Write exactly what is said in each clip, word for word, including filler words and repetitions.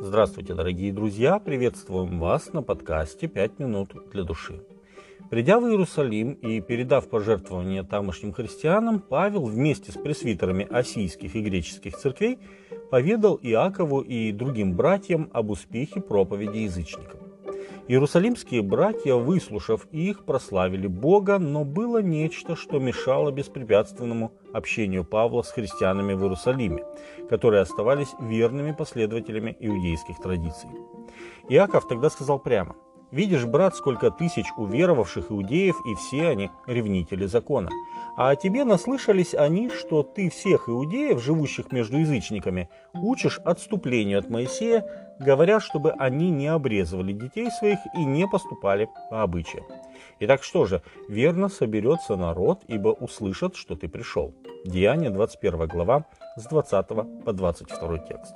Здравствуйте, дорогие друзья! Приветствуем вас на подкасте «пять минут для души». Придя в Иерусалим и передав пожертвования тамошним христианам, Павел вместе с пресвитерами ассийских и греческих церквей поведал Иакову и другим братьям об успехе проповеди язычникам. Иерусалимские братья, выслушав их, прославили Бога, но было нечто, что мешало беспрепятственному общению Павла с христианами в Иерусалиме, которые оставались верными последователями иудейских традиций. Иаков тогда сказал прямо: «Видишь, брат, сколько тысяч уверовавших иудеев, и все они ревнители закона. А о тебе наслышались они, что ты всех иудеев, живущих между язычниками, учишь отступлению от Моисея, говоря, чтобы они не обрезывали детей своих и не поступали по обычаям. Итак, что же, верно соберется народ, ибо услышат, что ты пришел». Деяния, двадцать первая глава, с двадцатого по двадцать второй текст.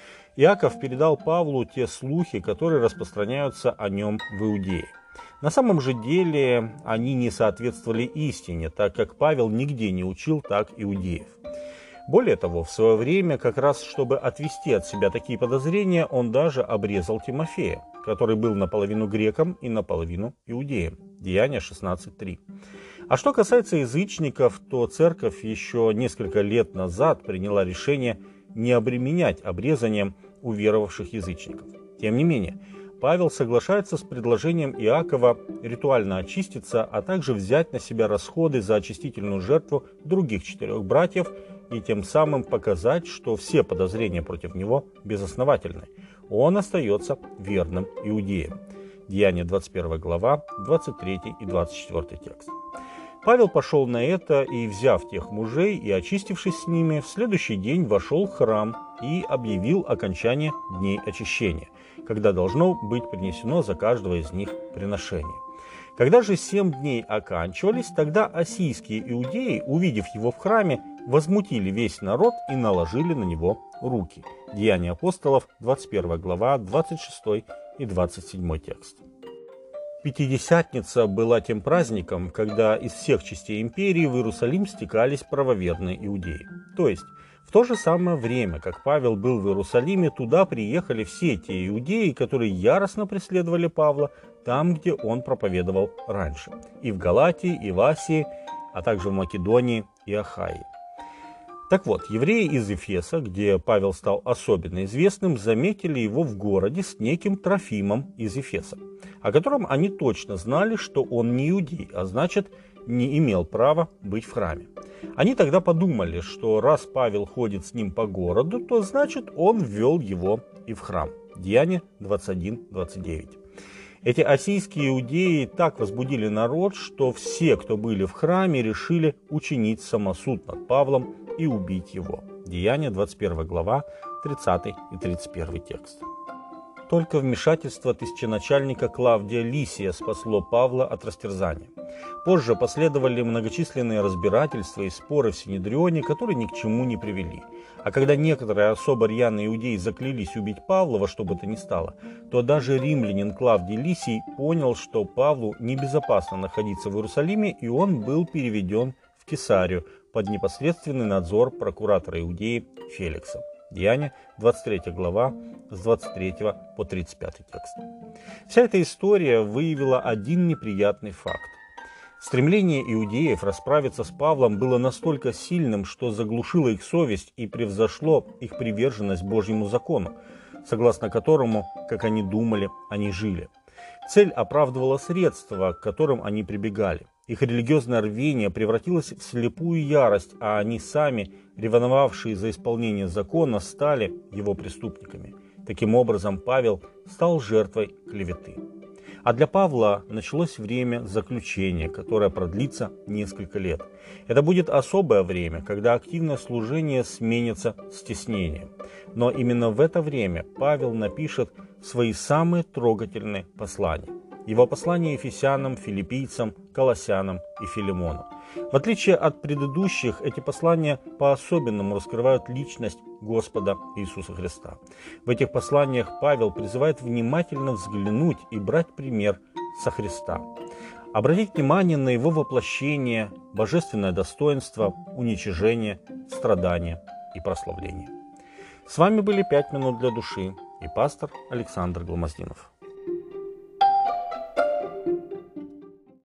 Иаков передал Павлу те слухи, которые распространяются о нем в Иудее. На самом же деле они не соответствовали истине, так как Павел нигде не учил так иудеев. Более того, в свое время, как раз чтобы отвести от себя такие подозрения, он даже обрезал Тимофея, который был наполовину греком и наполовину иудеем. Деяния шестнадцать три. А что касается язычников, то церковь еще несколько лет назад приняла решение не обременять обрезанием уверовавших язычников. Тем не менее, Павел соглашается с предложением Иакова ритуально очиститься, а также взять на себя расходы за очистительную жертву других четырех братьев и тем самым показать, что все подозрения против него безосновательны. Он остается верным иудеем. Деяния двадцать первая глава, двадцать третий и двадцать четвёртый текст. Павел пошел на это и, взяв тех мужей и очистившись с ними, в следующий день вошел в храм и объявил окончание дней очищения, когда должно быть принесено за каждого из них приношение. Когда же семь дней оканчивались, тогда ассийские иудеи, увидев его в храме, возмутили весь народ и наложили на него руки. Деяния апостолов, двадцать первая глава, двадцать шестой и двадцать седьмой текст. Пятидесятница была тем праздником, когда из всех частей империи в Иерусалим стекались правоверные иудеи. То есть, в то же самое время, как Павел был в Иерусалиме, туда приехали все те иудеи, которые яростно преследовали Павла там, где он проповедовал раньше. И в Галатии, и в Асии, а также в Македонии и Ахайи. Так вот, евреи из Ефеса, где Павел стал особенно известным, заметили его в городе с неким Трофимом из Ефеса, о котором они точно знали, что он не иудей, а значит, не имел права быть в храме. Они тогда подумали, что раз Павел ходит с ним по городу, то значит, он ввел его и в храм. Деяния двадцать один двадцать девять. Эти ассийские иудеи так возбудили народ, что все, кто были в храме, решили учинить самосуд над Павлом и убить его. Деяния двадцать первая глава, тридцатый и тридцать первый текст. Только вмешательство тысяченачальника Клавдия Лисия спасло Павла от растерзания. Позже последовали многочисленные разбирательства и споры в Синедрионе, которые ни к чему не привели. А когда некоторые особо рьяные иудеи заклялись убить Павла во что бы то ни стало, то даже римлянин Клавдий Лисий понял, что Павлу небезопасно находиться в Иерусалиме, и он был переведен в Кесарию под непосредственный надзор прокуратора Иудеи Феликса. Деяния, двадцать третья глава, с двадцать третьего по тридцать пятый текст. Вся эта история выявила один неприятный факт. Стремление иудеев расправиться с Павлом было настолько сильным, что заглушило их совесть и превзошло их приверженность Божьему закону, согласно которому, как они думали, они жили. Цель оправдывала средства, к которым они прибегали. Их религиозное рвение превратилось в слепую ярость, а они сами, ревновавшие за исполнение закона, стали его преступниками. Таким образом, Павел стал жертвой клеветы. А для Павла началось время заключения, которое продлится несколько лет. Это будет особое время, когда активное служение сменится стеснением. Но именно в это время Павел напишет свои самые трогательные послания. Его послания Ефесянам, Филиппийцам, Колоссянам и Филимону. В отличие от предыдущих, эти послания по-особенному раскрывают личность Господа Иисуса Христа. В этих посланиях Павел призывает внимательно взглянуть и брать пример со Христа. Обратить внимание на его воплощение, божественное достоинство, уничижение, страдания и прославление. С вами были «пять минут для души». и пастор Александр Гломоздинов.